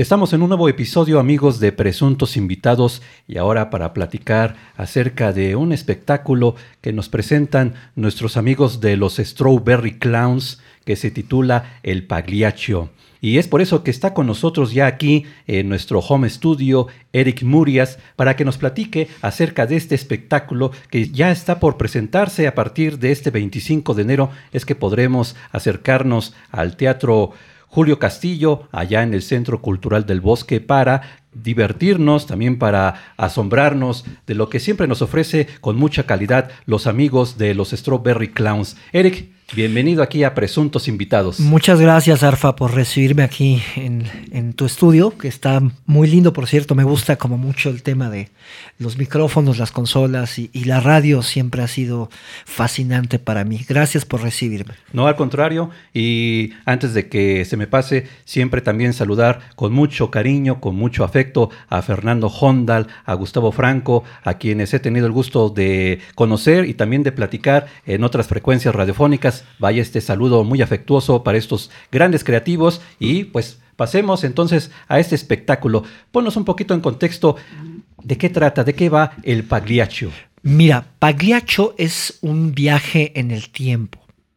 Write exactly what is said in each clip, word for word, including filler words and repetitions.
Estamos en un nuevo episodio, amigos de Presuntos Invitados, y ahora para platicar acerca de un espectáculo que nos presentan nuestros amigos de los Strawberry Clowns, que se titula El Pagliaccio. Y es por eso que está con nosotros ya aquí en nuestro home studio Eric Murias para que nos platique acerca de este espectáculo que ya está por presentarse a partir de este veinticinco de enero. Es que podremos acercarnos al Teatro Julio Castillo, allá en el Centro Cultural del Bosque, para divertirnos, también para asombrarnos de lo que siempre nos ofrece con mucha calidad los amigos de los Strawberry Clowns. Eric, bienvenido aquí a Presuntos Invitados. Muchas gracias, Arfa, por recibirme aquí en, en tu estudio, que está muy lindo, por cierto. Me gusta como mucho el tema de los micrófonos, las consolas y, y la radio siempre ha sido fascinante para mí. Gracias por recibirme. No, al contrario. Y antes de que se me pase, siempre también saludar con mucho cariño, con mucho afecto a Fernando Hondal, a Gustavo Franco, a quienes he tenido el gusto de conocer y también de platicar en otras frecuencias radiofónicas. Vaya este saludo muy afectuoso para estos grandes creativos y pues pasemos entonces a este espectáculo. Ponnos un poquito en contexto de qué trata, de qué va el Pagliaccio. Mira, Pagliaccio es un viaje en el tiempo.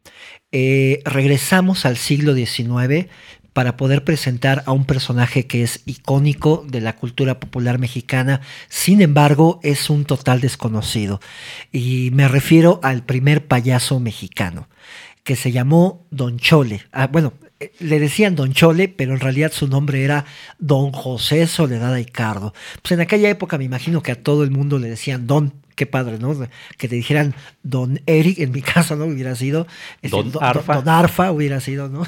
Eh, regresamos al siglo diecinueve para poder presentar a un personaje que es icónico de la cultura popular mexicana. Sin embargo, es un total desconocido. Y me refiero al primer payaso mexicano, que se llamó Don Chole. Ah, bueno, le decían Don Chole, pero en realidad su nombre era Don José Soledad Aicardo. Pues en aquella época me imagino que a todo el mundo le decían Don. Qué padre, ¿no? Que te dijeran Don Eric, en mi caso, ¿no? Hubiera sido... Don, don, Arfa. Don Arfa hubiera sido, ¿no?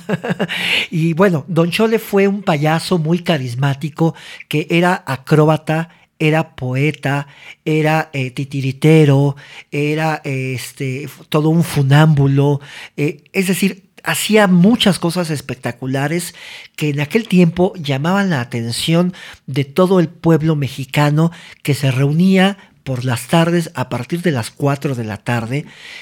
Y bueno, Don Chole fue un payaso muy carismático que era acróbata, era poeta, era eh, titiritero, era eh, este, todo un funámbulo, eh, es decir, hacía muchas cosas espectaculares que en aquel tiempo llamaban la atención de todo el pueblo mexicano que se reunía por las tardes a partir de las cuatro de la tarde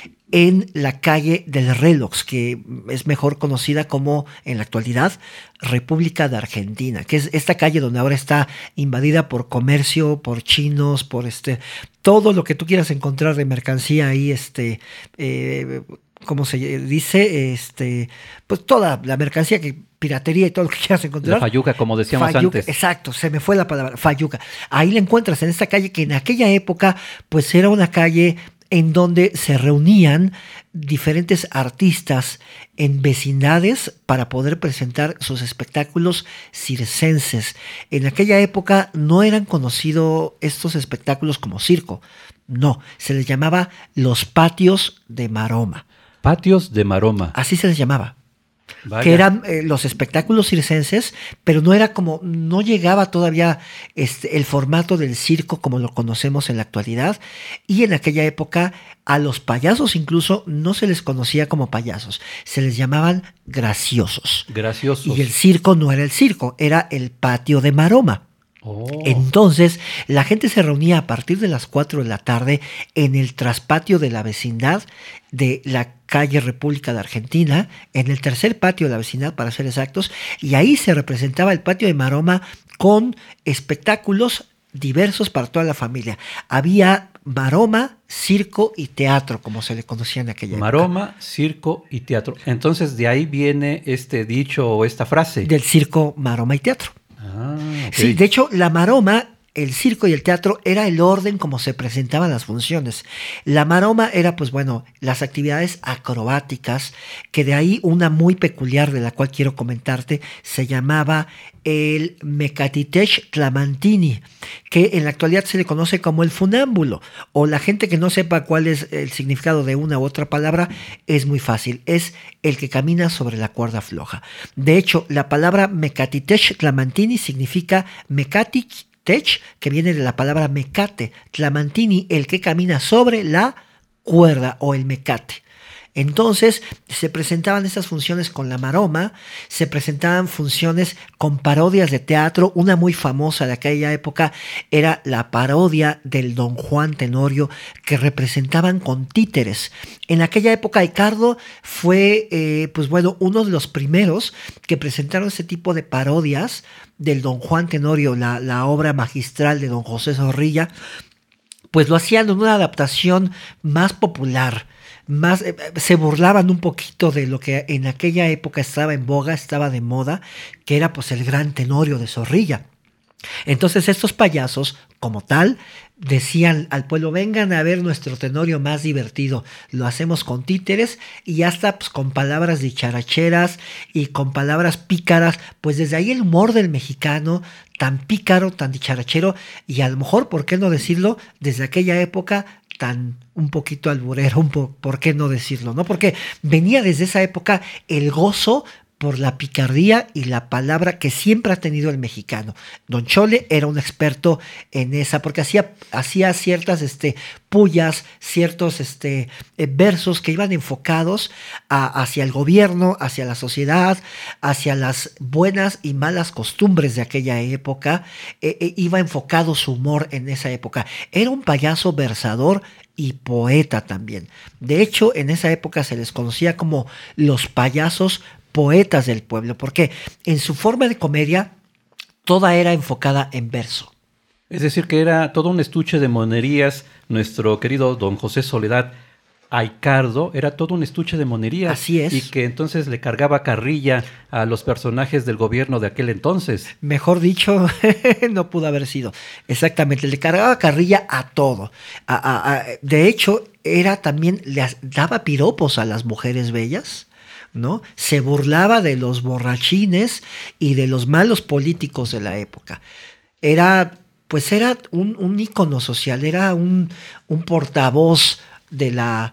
en la calle del Reloj, que es mejor conocida como en la actualidad República de Argentina, que es esta calle donde ahora está invadida por comercio, por chinos, por este todo lo que tú quieras encontrar de mercancía ahí, este eh, ¿cómo se dice? Este, pues toda la mercancía que piratería y todo lo que quieras encontrar. La fayuca, como decíamos fayuca, antes. Exacto, se me fue la palabra, fayuca. Ahí la encuentras en esta calle que en aquella época pues era una calle en donde se reunían diferentes artistas en vecindades para poder presentar sus espectáculos circenses. En aquella época no eran conocidos estos espectáculos como circo, no, se les llamaba los patios de maroma. Patios de maroma. Así se les llamaba. Vaya. Que eran eh, los espectáculos circenses, pero no era como, no llegaba todavía este, el formato del circo como lo conocemos en la actualidad, y en aquella época a los payasos incluso no se les conocía como payasos, se les llamaban graciosos. Graciosos. Y el circo no era el circo, era el patio de maroma. Oh. Entonces, la gente se reunía a partir de las cuatro de la tarde en el traspatio de la vecindad de la calle República de Argentina, en el tercer patio de la vecindad, para ser exactos, y ahí se representaba el patio de maroma con espectáculos diversos para toda la familia. Había maroma, circo y teatro, como se le conocía en aquella época. Maroma, circo y teatro. Entonces, de ahí viene este dicho o esta frase. Del circo, maroma y teatro. Ah, okay. Sí, de hecho, la maroma, el circo y el teatro era el orden como se presentaban las funciones. La maroma era, pues bueno, las actividades acrobáticas, que de ahí una muy peculiar de la cual quiero comentarte, se llamaba el Mecatitech Tlamantini, que en la actualidad se le conoce como el funámbulo, o la gente que no sepa cuál es el significado de una u otra palabra, es muy fácil, es el que camina sobre la cuerda floja. De hecho, la palabra Mecatitech Tlamantini significa Mecatic Tech, que viene de la palabra mecate, Tlamantini, el que camina sobre la cuerda o el mecate. Entonces se presentaban estas funciones con la maroma, se presentaban funciones con parodias de teatro. Una muy famosa de aquella época era la parodia del Don Juan Tenorio, que representaban con títeres. En aquella época Ricardo fue, eh, pues bueno, uno de los primeros que presentaron ese tipo de parodias del Don Juan Tenorio, la, la obra magistral de don José Zorrilla. Pues lo hacían en una adaptación más popular, más, eh, se burlaban un poquito de lo que en aquella época estaba en boga, estaba de moda, que era pues el gran Tenorio de Zorrilla. Entonces estos payasos, como tal, decían al pueblo: vengan a ver nuestro Tenorio más divertido, lo hacemos con títeres y hasta pues, con palabras dicharacheras y con palabras pícaras. Pues desde ahí el humor del mexicano, tan pícaro, tan dicharachero, y a lo mejor, ¿por qué no decirlo?, desde aquella época tan un poquito alburero, un po- ¿por qué no decirlo?, ¿no? Porque venía desde esa época el gozo por la picardía y la palabra que siempre ha tenido el mexicano. Don Chole era un experto en esa, porque hacía, hacía ciertas este, pullas, ciertos este, eh, versos que iban enfocados a, hacia el gobierno, hacia la sociedad, hacia las buenas y malas costumbres de aquella época. Eh, eh, iba enfocado su humor en esa época. Era un payaso versador y poeta también. De hecho, en esa época se les conocía como los payasos poetas del pueblo, porque en su forma de comedia toda era enfocada en verso. Es decir, que era todo un estuche de monerías. Nuestro querido don José Soledad Aicardo era todo un estuche de monerías. Así es. Y que entonces le cargaba carrilla a los personajes del gobierno de aquel entonces. Mejor dicho, no pudo haber sido. Exactamente, le cargaba carrilla a todo. A, a, a, de hecho, era también, le daba piropos a las mujeres bellas, ¿no? Se burlaba de los borrachines y de los malos políticos de la época. Era, pues era un, un ícono social, era un, un portavoz de la,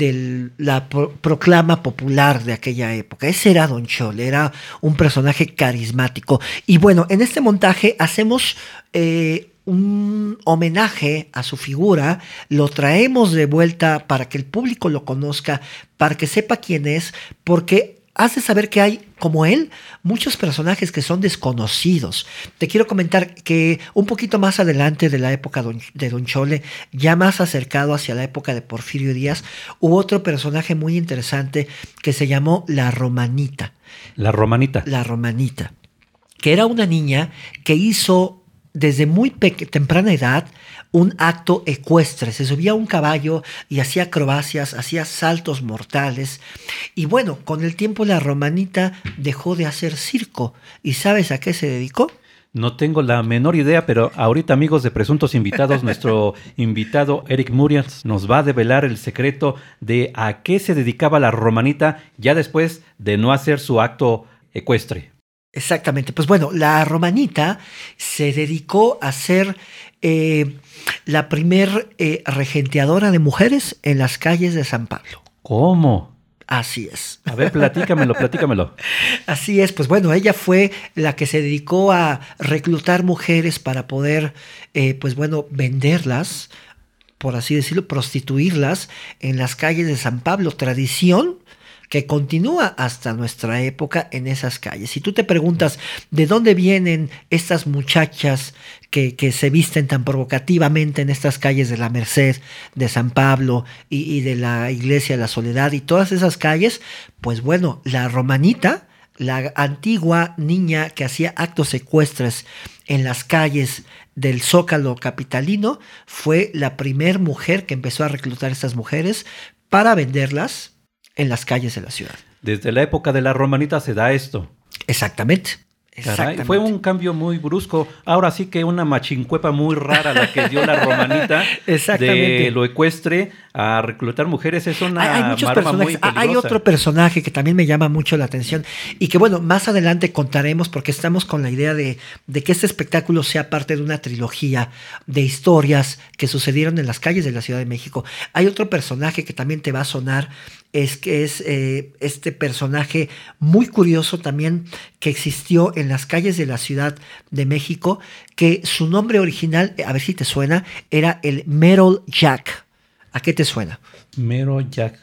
de la pro- proclama popular de aquella época. Ese era Don Chole, era un personaje carismático. Y bueno, en este montaje hacemos eh, un homenaje a su figura, lo traemos de vuelta para que el público lo conozca, para que sepa quién es, porque hace saber que hay, como él, muchos personajes que son desconocidos. Te quiero comentar que un poquito más adelante de la época de Don Chole, ya más acercado hacia la época de Porfirio Díaz, hubo otro personaje muy interesante que se llamó La Romanita. La Romanita. La Romanita, que era una niña que hizo desde muy peque- temprana edad un acto ecuestre. Se subía a un caballo y hacía acrobacias, hacía saltos mortales. Y bueno, con el tiempo la Romanita dejó de hacer circo. ¿Y sabes a qué se dedicó? No tengo la menor idea, pero ahorita, amigos de Presuntos Invitados, nuestro invitado Eric Murias nos va a develar el secreto de a qué se dedicaba la Romanita ya después de no hacer su acto ecuestre. Exactamente. Pues bueno, la Romanita se dedicó a ser eh, la primer eh, regenteadora de mujeres en las calles de San Pablo. ¿Cómo? Así es. A ver, platícamelo, platícamelo. Así es, pues bueno, ella fue la que se dedicó a reclutar mujeres para poder, eh, pues bueno, venderlas, por así decirlo, prostituirlas en las calles de San Pablo. Tradición que continúa hasta nuestra época en esas calles. Si tú te preguntas de dónde vienen estas muchachas que, que se visten tan provocativamente en estas calles de la Merced, de San Pablo y, y de la Iglesia de la Soledad y todas esas calles, pues bueno, la Romanita, la antigua niña que hacía actos ecuestres en las calles del Zócalo capitalino, fue la primer mujer que empezó a reclutar a estas mujeres para venderlas en las calles de la ciudad. Desde la época de la Romanita se da esto. Exactamente. Caray, Exactamente. fue un cambio muy brusco. Ahora sí que una machincuepa muy rara la que dio la Romanita. Exactamente. De lo ecuestre a reclutar mujeres. Es una hay, hay muchos maroma muy personajes. peligrosa. Hay otro personaje que también me llama mucho la atención y que bueno, más adelante contaremos porque estamos con la idea de, de que este espectáculo sea parte de una trilogía de historias que sucedieron en las calles de la Ciudad de México. Hay otro personaje que también te va a sonar, es que es eh, este personaje muy curioso también que existió en las calles de la Ciudad de México, que su nombre original, a ver si te suena, era el Metal Jack. ¿A qué te suena? Mero Jack.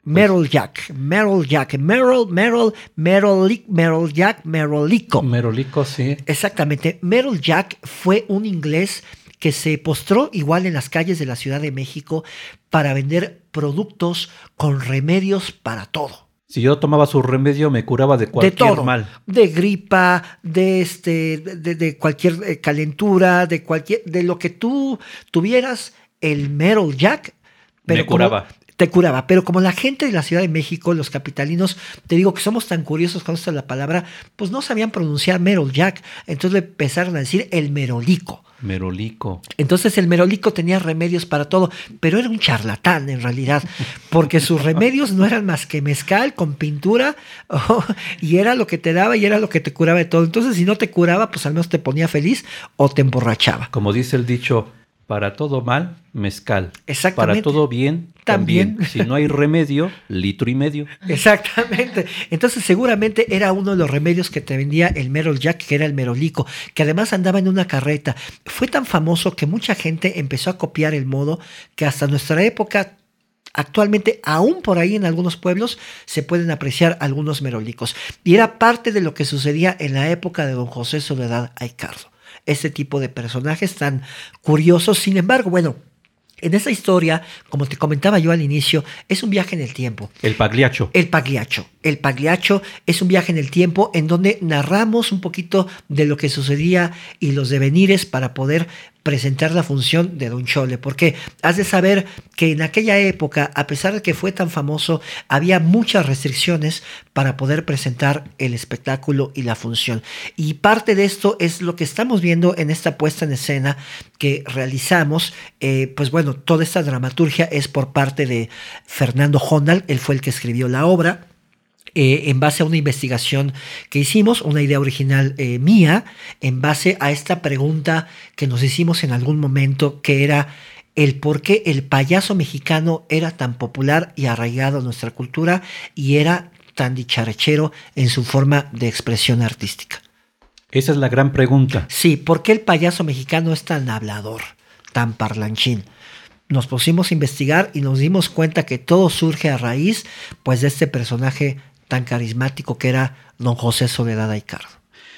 Meryl Jack, Meryl Jack, Meryl, Meryl, Meryl, Meryl Jack, Merylico. Merylico, sí. Exactamente. Meryl Jack fue un inglés que se postró igual en las calles de la Ciudad de México para vender productos con remedios para todo. Si yo tomaba su remedio, me curaba de cualquier de todo, mal. De gripa, de este, de, de cualquier calentura, de cualquier, de lo que tú tuvieras, el Meryl Jack, pero me curaba. Como, te curaba, pero como la gente de la Ciudad de México, los capitalinos, te digo que somos tan curiosos con esta la palabra, pues no sabían pronunciar Meryl Jack, entonces le empezaron a decir el Merolico. Merolico. Entonces el Merolico tenía remedios para todo, pero era un charlatán en realidad, porque sus remedios no eran más que mezcal con pintura, oh, y era lo que te daba y era lo que te curaba de todo. Entonces si no te curaba, pues al menos te ponía feliz o te emborrachaba. Como dice el dicho, para todo mal, mezcal. Exactamente. Para todo bien, también. también. Si no hay remedio, litro y medio. Exactamente. Entonces seguramente era uno de los remedios que te vendía el Meryl Jack, que era el Merolico, que además andaba en una carreta. Fue tan famoso que mucha gente empezó a copiar el modo que hasta nuestra época, actualmente, aún por ahí en algunos pueblos, se pueden apreciar algunos merolicos. Y era parte de lo que sucedía en la época de don José Soledad Aycardo. Este tipo de personajes tan curiosos. Sin embargo, bueno, en esta historia, como te comentaba yo al inicio, es un viaje en el tiempo. El Pagliaccio. El Pagliaccio. El Pagliaccio es un viaje en el tiempo en donde narramos un poquito de lo que sucedía y los devenires para poder presentar la función de Don Chole, porque has de saber que en aquella época, a pesar de que fue tan famoso, había muchas restricciones para poder presentar el espectáculo y la función. Y parte de esto es lo que estamos viendo en esta puesta en escena que realizamos. Eh, pues bueno, toda esta dramaturgia es por parte de Fernando Honal, él fue el que escribió la obra. Eh, en base a una investigación que hicimos, una idea original eh, mía, en base a esta pregunta que nos hicimos en algún momento, que era el por qué el payaso mexicano era tan popular y arraigado a nuestra cultura y era tan dicharachero en su forma de expresión artística. Esa es la gran pregunta. Sí, ¿por qué el payaso mexicano es tan hablador, tan parlanchín? Nos pusimos a investigar y nos dimos cuenta que todo surge a raíz, pues, de este personaje tan carismático que era don José Soledad Aycardo.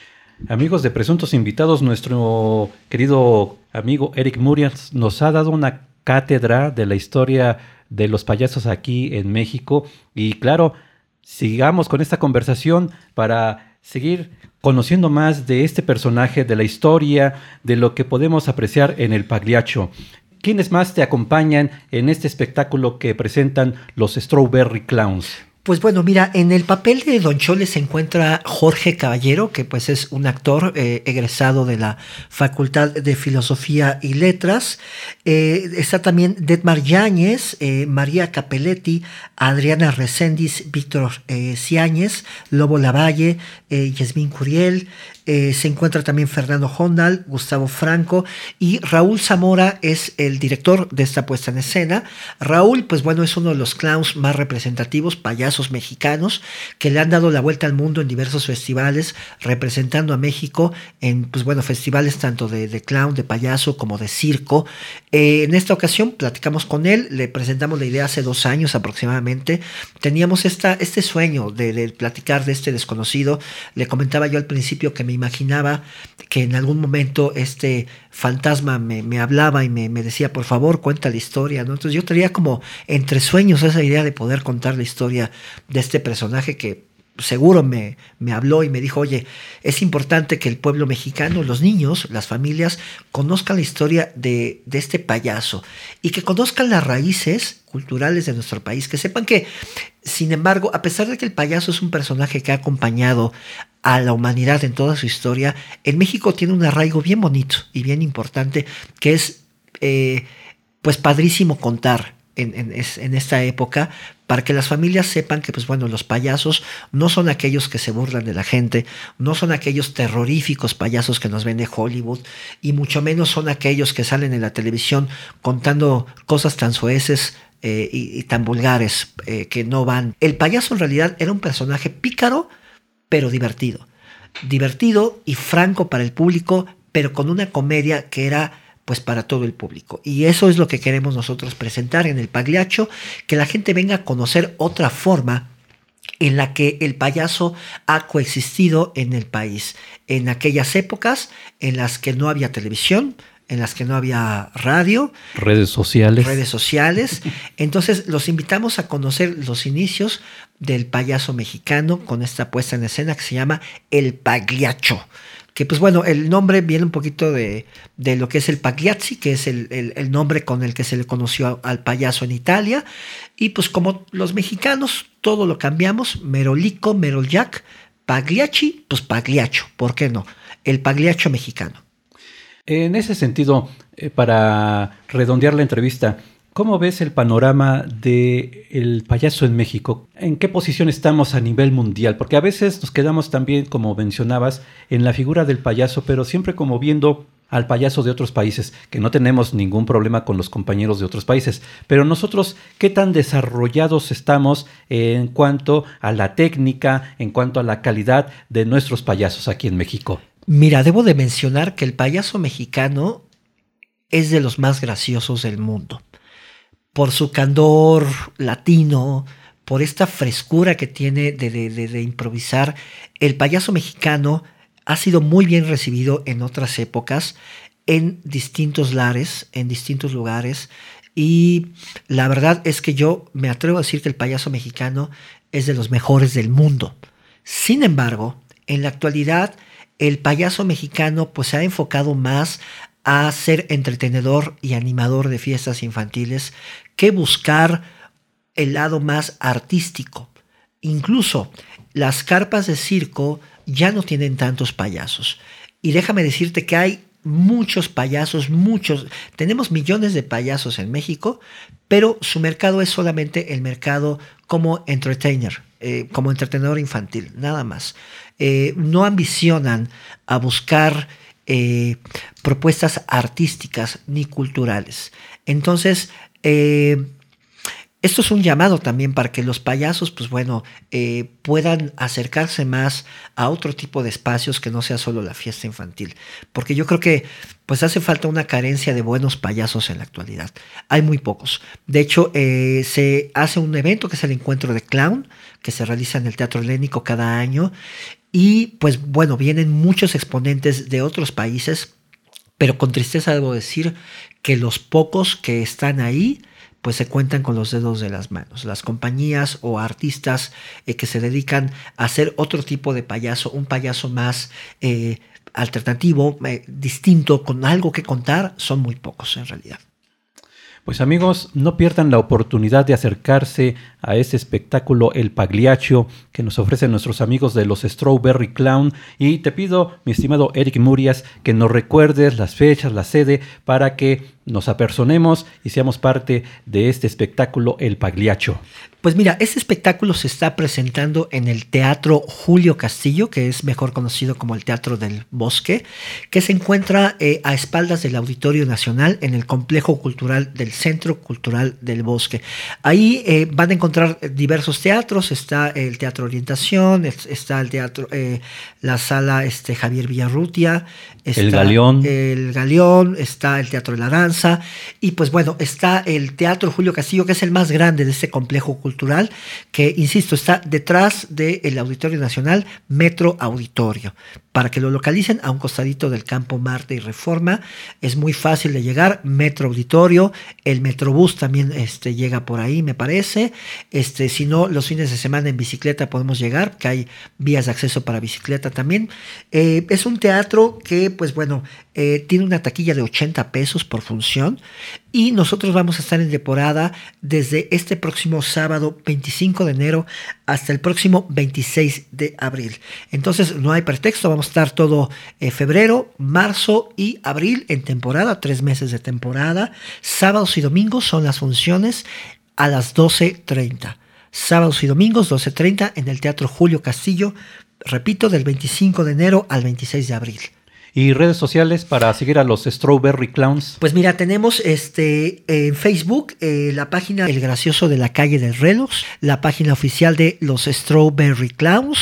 Amigos de Presuntos Invitados, nuestro querido amigo Eric Murias nos ha dado una cátedra de la historia de los payasos aquí en México y claro, sigamos con esta conversación para seguir conociendo más de este personaje, de la historia, de lo que podemos apreciar en el Pagliaccio. ¿Quiénes más te acompañan en este espectáculo que presentan los Strawberry Clowns? Pues bueno, mira, en el papel de Don Chole se encuentra Jorge Caballero, que pues es un actor eh, egresado de la Facultad de Filosofía y Letras. Eh, está también Detmar Yáñez, eh, María Capelletti, Adriana Reséndiz, Víctor eh, Ciáñez, Lobo Lavalle, eh, Yasmín Curiel. Eh, se encuentra también Fernando Honal, Gustavo Franco y Raúl Zamora es el director de esta puesta en escena. Raúl, pues bueno, es uno de los clowns más representativos, payasos mexicanos, que le han dado la vuelta al mundo en diversos festivales, representando a México en, pues bueno, festivales tanto de, de clown, de payaso, como de circo. Eh, en esta ocasión platicamos con él, le presentamos la idea hace dos años aproximadamente. Teníamos esta, este sueño de, de platicar de este desconocido. Le comentaba yo al principio que me imaginaba que en algún momento este fantasma me, me hablaba y me, me decía, por favor, cuenta la historia, ¿no? Entonces yo tenía como entre sueños esa idea de poder contar la historia de este personaje que seguro me, me habló y me dijo, oye, es importante que el pueblo mexicano, los niños, las familias, conozcan la historia de, de este payaso y que conozcan las raíces culturales de nuestro país, que sepan que, sin embargo, a pesar de que el payaso es un personaje que ha acompañado a la humanidad en toda su historia, en México tiene un arraigo bien bonito y bien importante, que es eh, pues padrísimo contar en, en, en esta época, para que las familias sepan que, pues bueno, los payasos no son aquellos que se burlan de la gente, no son aquellos terroríficos payasos que nos vende Hollywood, y mucho menos son aquellos que salen en la televisión contando cosas tan soeces eh, y, y tan vulgares eh, que no van. El payaso en realidad era un personaje pícaro, pero divertido. Divertido y franco para el público, pero con una comedia que era pues para todo el público. Y eso es lo que queremos nosotros presentar en el Pagliaccio, que la gente venga a conocer otra forma en la que el payaso ha coexistido en el país, en aquellas épocas en las que no había televisión, en las que no había radio, redes sociales. Redes sociales. Entonces los invitamos a conocer los inicios del payaso mexicano con esta puesta en escena que se llama El Pagliaccio. Que pues bueno, el nombre viene un poquito de, de lo que es el Pagliacci, que es el, el, el nombre con el que se le conoció al payaso en Italia. Y pues como los mexicanos, todo lo cambiamos, Merolico, Meroljac, Pagliacci, pues Pagliaccio, ¿por qué no? El Pagliaccio mexicano. En ese sentido, eh, para redondear la entrevista, ¿cómo ves el panorama del payaso en México? ¿En qué posición estamos a nivel mundial? Porque a veces nos quedamos también, como mencionabas, en la figura del payaso, pero siempre como viendo al payaso de otros países, que no tenemos ningún problema con los compañeros de otros países. Pero nosotros, ¿qué tan desarrollados estamos en cuanto a la técnica, en cuanto a la calidad de nuestros payasos aquí en México? Mira, debo de mencionar que el payaso mexicano es de los más graciosos del mundo. Por su candor latino, por esta frescura que tiene de, de, de, de improvisar, el payaso mexicano ha sido muy bien recibido en otras épocas, en distintos lares, en distintos lugares. Y la verdad es que yo me atrevo a decir que el payaso mexicano es de los mejores del mundo. Sin embargo, en la actualidad, el payaso mexicano pues se ha enfocado más a ser entretenedor y animador de fiestas infantiles que buscar el lado más artístico. Incluso las carpas de circo ya no tienen tantos payasos. Y déjame decirte que hay muchos payasos, muchos. Tenemos millones de payasos en México, pero su mercado es solamente el mercado como entertainer, eh, como entretenedor infantil, nada más. Eh, no ambicionan a buscar eh, propuestas artísticas ni culturales. Entonces, eh, esto es un llamado también para que los payasos, pues bueno, eh, puedan acercarse más a otro tipo de espacios que no sea solo la fiesta infantil. Porque yo creo que pues hace falta una carencia de buenos payasos en la actualidad. Hay muy pocos. De hecho, eh, se hace un evento que es el Encuentro de Clown, que se realiza en el Teatro Helénico cada año. Y pues bueno, vienen muchos exponentes de otros países, pero con tristeza debo decir que los pocos que están ahí pues se cuentan con los dedos de las manos. Las compañías o artistas eh, que se dedican a hacer otro tipo de payaso, un payaso más eh, alternativo, eh, distinto, con algo que contar, son muy pocos en realidad. Pues amigos, no pierdan la oportunidad de acercarse a este espectáculo El Pagliaccio que nos ofrecen nuestros amigos de los Strawberry Clown. Y te pido, mi estimado Eric Murias, que nos recuerdes las fechas, la sede, para que nos apersonemos y seamos parte de este espectáculo El Pagliaccio. Pues mira, este espectáculo se está presentando en el Teatro Julio Castillo, que es mejor conocido como el Teatro del Bosque, que se encuentra eh, a espaldas del Auditorio Nacional en el Complejo Cultural del Centro Cultural del Bosque. Ahí eh, van a encontrar diversos teatros. Está el Teatro Orientación, está el teatro, eh, la sala este, Javier Villarrutia, está el Galeón. el Galeón, está el Teatro de la Danza y pues bueno, está el Teatro Julio Castillo, que es el más grande de este complejo cultural, que insisto, está detrás del Auditorio Nacional, Metro Auditorio. Para que lo localicen, a un costadito del Campo Marte y Reforma, es muy fácil de llegar. Metro Auditorio, el Metrobús también este, llega por ahí, me parece. Este, si no, los fines de semana en bicicleta podemos llegar, que hay vías de acceso para bicicleta también. Eh, es un teatro que, pues bueno, eh, tiene una taquilla de ochenta pesos por función. Y nosotros vamos a estar en temporada desde este próximo sábado veinticinco de enero hasta el próximo veintiséis de abril. Entonces no hay pretexto, vamos a estar todo eh, febrero, marzo y abril en temporada, tres meses de temporada. Sábados y domingos son las funciones a las doce treinta. Sábados y domingos doce treinta en el Teatro Julio Castillo, repito, del veinticinco de enero al veintiséis de abril. ¿Y redes sociales para seguir a los Strawberry Clowns? Pues mira, tenemos este en Facebook eh, la página El Gracioso de la Calle del Reloj, la página oficial de los Strawberry Clowns.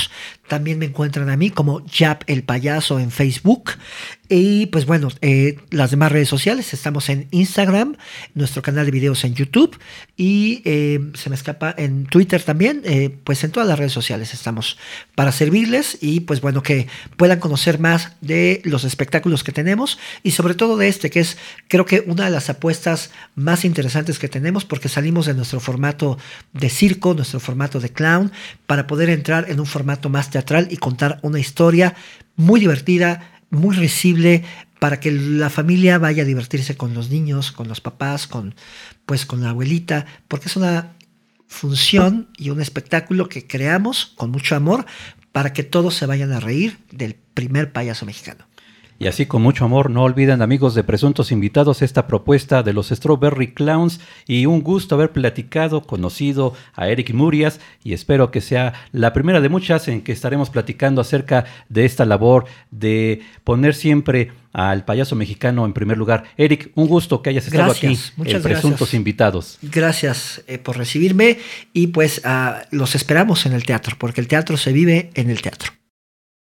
También me encuentran a mí como Yap el Payaso en Facebook. Y pues bueno, eh, las demás redes sociales, estamos en Instagram, nuestro canal de videos en YouTube y eh, se me escapa en Twitter también, eh, pues en todas las redes sociales estamos para servirles y pues bueno, que puedan conocer más de los espectáculos que tenemos y sobre todo de este, que es creo que una de las apuestas más interesantes que tenemos porque salimos de nuestro formato de circo, nuestro formato de clown, para poder entrar en un formato más teatral y contar una historia muy divertida, muy risible, para que la familia vaya a divertirse con los niños, con los papás, con, pues, con la abuelita, porque es una función y un espectáculo que creamos con mucho amor para que todos se vayan a reír del primer payaso mexicano. Y así con mucho amor, no olviden, amigos de Presuntos Invitados, esta propuesta de los Strawberry Clowns, y un gusto haber platicado, conocido a Eric Murias, y espero que sea la primera de muchas en que estaremos platicando acerca de esta labor de poner siempre al payaso mexicano en primer lugar. Eric, un gusto que hayas estado gracias, aquí en Presuntos gracias. Invitados. Gracias eh, por recibirme y pues uh, los esperamos en el teatro, porque el teatro se vive en el teatro.